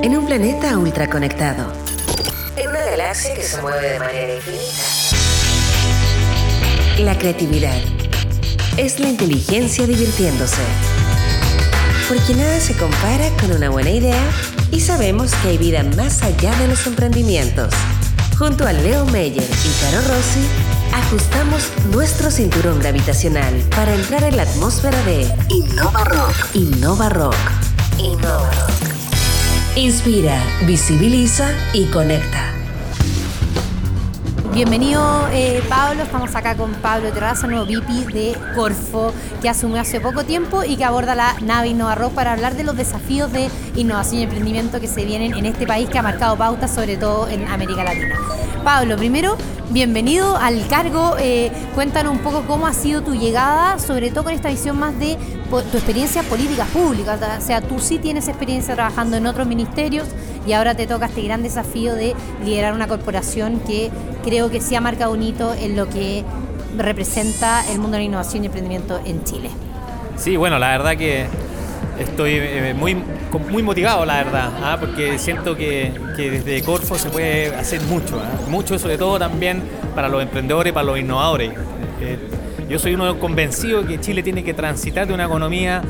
En un planeta ultraconectado. En una galaxia que se mueve de manera infinita. La creatividad es la inteligencia divirtiéndose. Porque nada se compara con una buena idea y sabemos que hay vida más allá de los emprendimientos. Junto a Leo Meyer y Caro Rossi, ajustamos nuestro cinturón gravitacional para entrar en la atmósfera de Innova Rock. Innova Rock. Innova Rock. Inspira, visibiliza y conecta. Bienvenido, Pablo. Estamos acá con Pablo Terraza, nuevo VP de Corfo, que asumió hace poco tiempo y que aborda la nave Innova Rock para hablar de los desafíos de innovación y emprendimiento que se vienen en este país que ha marcado pautas, sobre todo en América Latina. Pablo, primero, bienvenido al cargo. Cuéntanos un poco cómo ha sido tu llegada, sobre todo con esta visión más de tu experiencia en políticas públicas. O sea, tú sí tienes experiencia trabajando en otros ministerios y ahora te toca este gran desafío de liderar una corporación que creo que sí ha marcado un hito en lo que representa el mundo de la innovación y emprendimiento en Chile. Sí, bueno, la verdad que estoy muy motivado, la verdad, porque siento que desde Corfo se puede hacer mucho, sobre todo también para los emprendedores, para los innovadores. Yo soy uno convencido que Chile tiene que transitar de una economía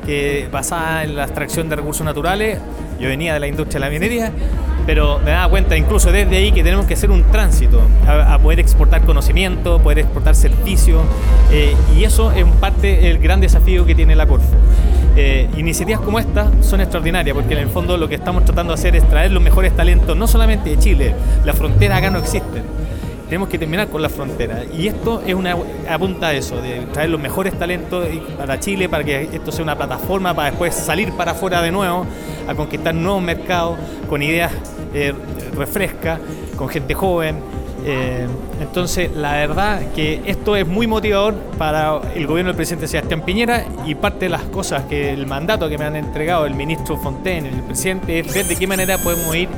basada en la extracción de recursos naturales. Yo venía de la industria de la minería, pero me daba cuenta incluso desde ahí que tenemos que hacer un tránsito a poder exportar conocimiento, poder exportar servicios, y eso es en parte el gran desafío que tiene la Corfo. Iniciativas como esta son extraordinarias porque en el fondo lo que estamos tratando de hacer es traer los mejores talentos, no solamente de Chile. Las fronteras acá no existen, tenemos que terminar con las fronteras, y esto es apunta a eso, de traer los mejores talentos para Chile, para que esto sea una plataforma para después salir para afuera de nuevo a conquistar nuevos mercados con ideas refrescas, con gente joven. Entonces la verdad que esto es muy motivador para el gobierno del presidente Sebastián Piñera, y parte de las cosas que el mandato que me han entregado el ministro Fontaine, el presidente, es ver de qué manera podemos ir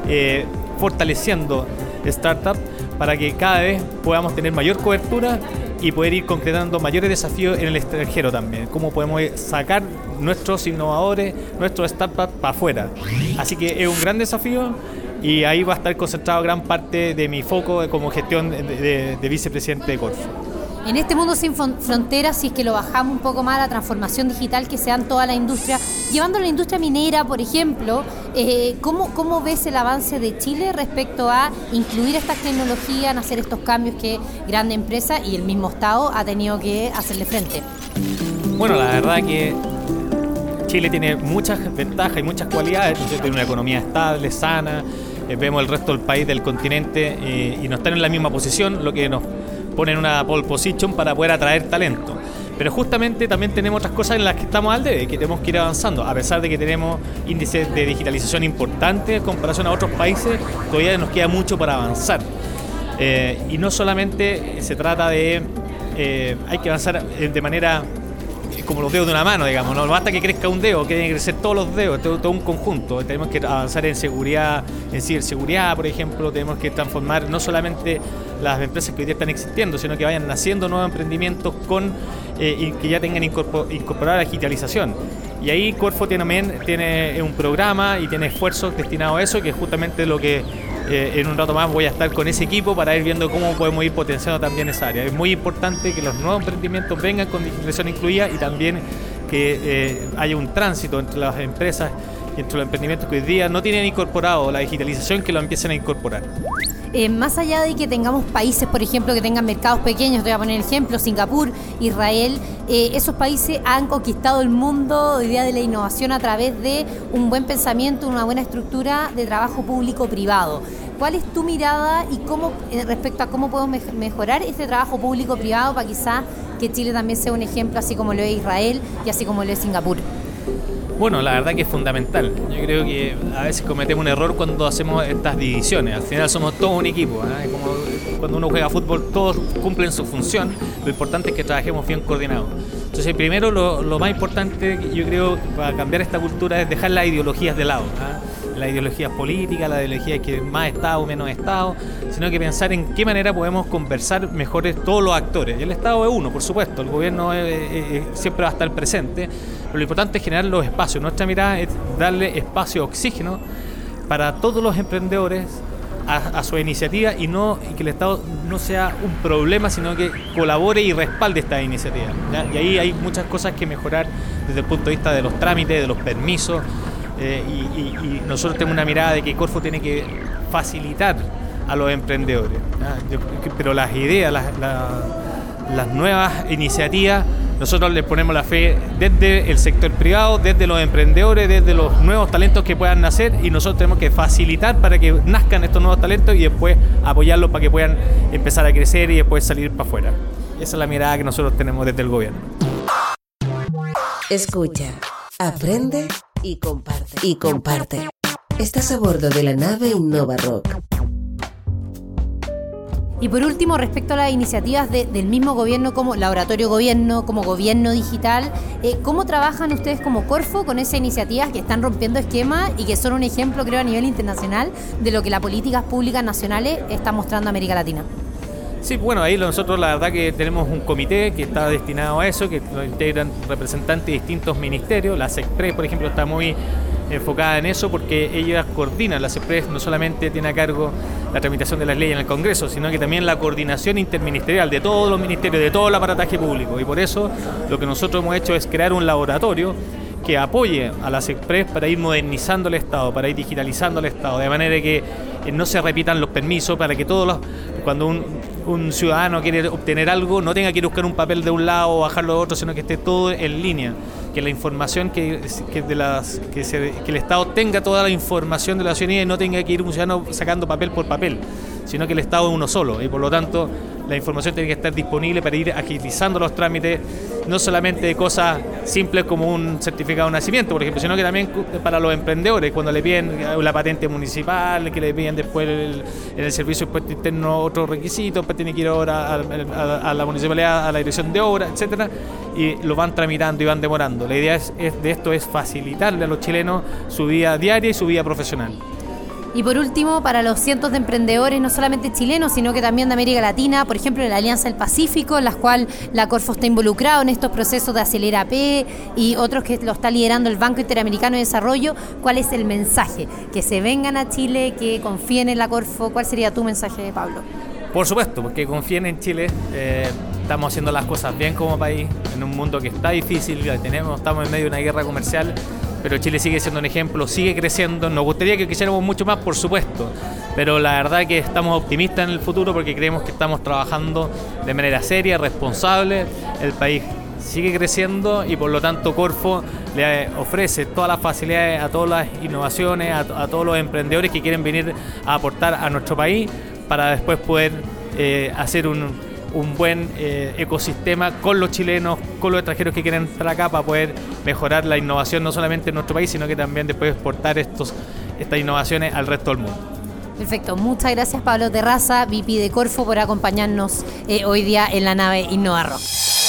fortaleciendo startups para que cada vez podamos tener mayor cobertura y poder ir concretando mayores desafíos en el extranjero también. Cómo podemos sacar nuestros innovadores, nuestros startups para afuera. Así que es un gran desafío, y ahí va a estar concentrado gran parte de mi foco como gestión de vicepresidente de Corfo. En este mundo sin fronteras, si es que lo bajamos un poco más a la transformación digital que se da en toda la industria, llevando a la industria minera, por ejemplo, ¿cómo ves el avance de Chile respecto a incluir estas tecnologías, en hacer estos cambios que grandes empresas y el mismo Estado ha tenido que hacerle frente? Bueno, la verdad que Chile tiene muchas ventajas y muchas cualidades. Tiene una economía estable, sana. Vemos el resto del país, del continente, y no están en la misma posición, lo que nos pone en una pole position para poder atraer talento. Pero justamente también tenemos otras cosas en las que estamos al debe, que tenemos que ir avanzando. A pesar de que tenemos índices de digitalización importantes en comparación a otros países, todavía nos queda mucho para avanzar. Y no solamente se trata de... hay que avanzar de manera como los dedos de una mano, digamos. No basta que crezca un dedo, que deben crecer todos los dedos, todo un conjunto. Tenemos que avanzar en seguridad, en ciberseguridad, por ejemplo. Tenemos que transformar no solamente las empresas que hoy día están existiendo, sino que vayan naciendo nuevos emprendimientos y que ya tengan incorporada la digitalización. Y ahí Corfo tiene un programa y tiene esfuerzos destinados a eso, que es justamente lo que en un rato más voy a estar con ese equipo para ir viendo cómo podemos ir potenciando también esa área. Es muy importante que los nuevos emprendimientos vengan con digitalización incluida, y también que haya un tránsito entre las empresas y entre los emprendimientos que hoy día no tienen incorporado la digitalización, que lo empiecen a incorporar. Más allá de que tengamos países, por ejemplo, que tengan mercados pequeños, te voy a poner ejemplo, Singapur, Israel, esos países han conquistado el mundo hoy día de la innovación a través de un buen pensamiento, una buena estructura de trabajo público-privado. ¿Cuál es tu mirada y cómo respecto a cómo podemos mejorar este trabajo público-privado para quizás que Chile también sea un ejemplo, así como lo es Israel y así como lo es Singapur? Bueno, la verdad que es fundamental. Yo creo que a veces cometemos un error cuando hacemos estas divisiones. Al final somos todos un equipo, Como cuando uno juega fútbol, todos cumplen su función. Lo importante es que trabajemos bien coordinados. Entonces, primero, lo más importante, yo creo, para cambiar esta cultura es dejar las ideologías de lado. las ideologías políticas, las ideologías que más Estado, menos Estado, sino que pensar en qué manera podemos conversar mejores todos los actores. Y el Estado es uno, por supuesto, el gobierno siempre va a estar presente, pero lo importante es generar los espacios. Nuestra mirada es darle espacio, oxígeno para todos los emprendedores a su iniciativa y que el Estado no sea un problema, sino que colabore y respalde esta iniciativa, ¿ya? Y ahí hay muchas cosas que mejorar desde el punto de vista de los trámites, de los permisos, y nosotros tenemos una mirada de que Corfo tiene que facilitar a los emprendedores, ¿ya? Pero las ideas, las nuevas iniciativas, nosotros les ponemos la fe desde el sector privado, desde los emprendedores, desde los nuevos talentos que puedan nacer, y nosotros tenemos que facilitar para que nazcan estos nuevos talentos y después apoyarlos para que puedan empezar a crecer y después salir para afuera. Esa es la mirada que nosotros tenemos desde el gobierno. Escucha, aprende y comparte. Estás a bordo de la nave Innova Rock. Y por último, respecto a las iniciativas del mismo gobierno como Laboratorio Gobierno, como Gobierno Digital, ¿cómo trabajan ustedes como Corfo con esas iniciativas que están rompiendo esquemas y que son un ejemplo, creo, a nivel internacional de lo que las políticas públicas nacionales están mostrando a América Latina? Sí, bueno, ahí nosotros la verdad que tenemos un comité que está destinado a eso, que lo integran representantes de distintos ministerios. La SECPRES, por ejemplo, está muy enfocada en eso porque ellas coordinan. La SECPRES no solamente tiene a cargo la tramitación de las leyes en el Congreso, sino que también la coordinación interministerial de todos los ministerios, de todo el aparataje público. Y por eso lo que nosotros hemos hecho es crear un laboratorio que apoye a la SECPRES para ir modernizando el Estado, para ir digitalizando el Estado, de manera que no se repitan los permisos, para que cuando un ciudadano quiere obtener algo, no tenga que ir a buscar un papel de un lado o bajarlo de otro, sino que esté todo en línea, que la información que el Estado tenga toda la información de la ciudadanía y no tenga que ir un ciudadano sacando papel por papel, sino que el Estado es uno solo y por lo tanto la información tiene que estar disponible para ir agilizando los trámites, no solamente de cosas simples como un certificado de nacimiento, por ejemplo, sino que también para los emprendedores, cuando le piden la patente municipal, que le piden después en el servicio de impuesto interno otros requisitos, pues tiene que ir ahora a la municipalidad, a la dirección de obra, etcétera, y lo van tramitando y van demorando. La idea de esto es facilitarle a los chilenos su vida diaria y su vida profesional. Y por último, para los cientos de emprendedores, no solamente chilenos, sino que también de América Latina, por ejemplo, en la Alianza del Pacífico, en la cual la Corfo está involucrado en estos procesos de Acelera P y otros que lo está liderando el Banco Interamericano de Desarrollo, ¿cuál es el mensaje? Que se vengan a Chile, que confíen en la Corfo. ¿Cuál sería tu mensaje, Pablo? Por supuesto, porque confíen en Chile. Estamos haciendo las cosas bien como país, en un mundo que está difícil, estamos en medio de una guerra comercial, pero Chile sigue siendo un ejemplo, sigue creciendo. Nos gustaría que quisiéramos mucho más, por supuesto, pero la verdad que estamos optimistas en el futuro porque creemos que estamos trabajando de manera seria, responsable. El país sigue creciendo y por lo tanto Corfo le ofrece todas las facilidades a todas las innovaciones, a todos los emprendedores que quieren venir a aportar a nuestro país para después poder hacer un buen ecosistema con los chilenos, con los extranjeros que quieren estar acá para poder mejorar la innovación no solamente en nuestro país, sino que también después exportar estas innovaciones al resto del mundo. Perfecto, muchas gracias Pablo Terraza, VP de Corfo, por acompañarnos hoy día en la nave Innova Rock.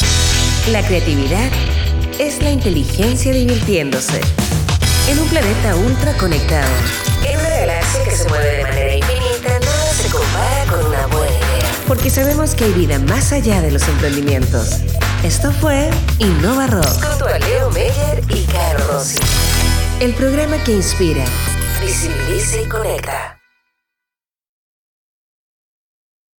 La creatividad es la inteligencia divirtiéndose. En un planeta ultra conectado, en una galaxia que se mueve de manera infinita, nada se compara con una buena idea. Porque sabemos que hay vida más allá de los emprendimientos. Esto fue Innova Rock, junto a Leo Meyer y Caro Rossi. El programa que inspira, visibiliza y conecta.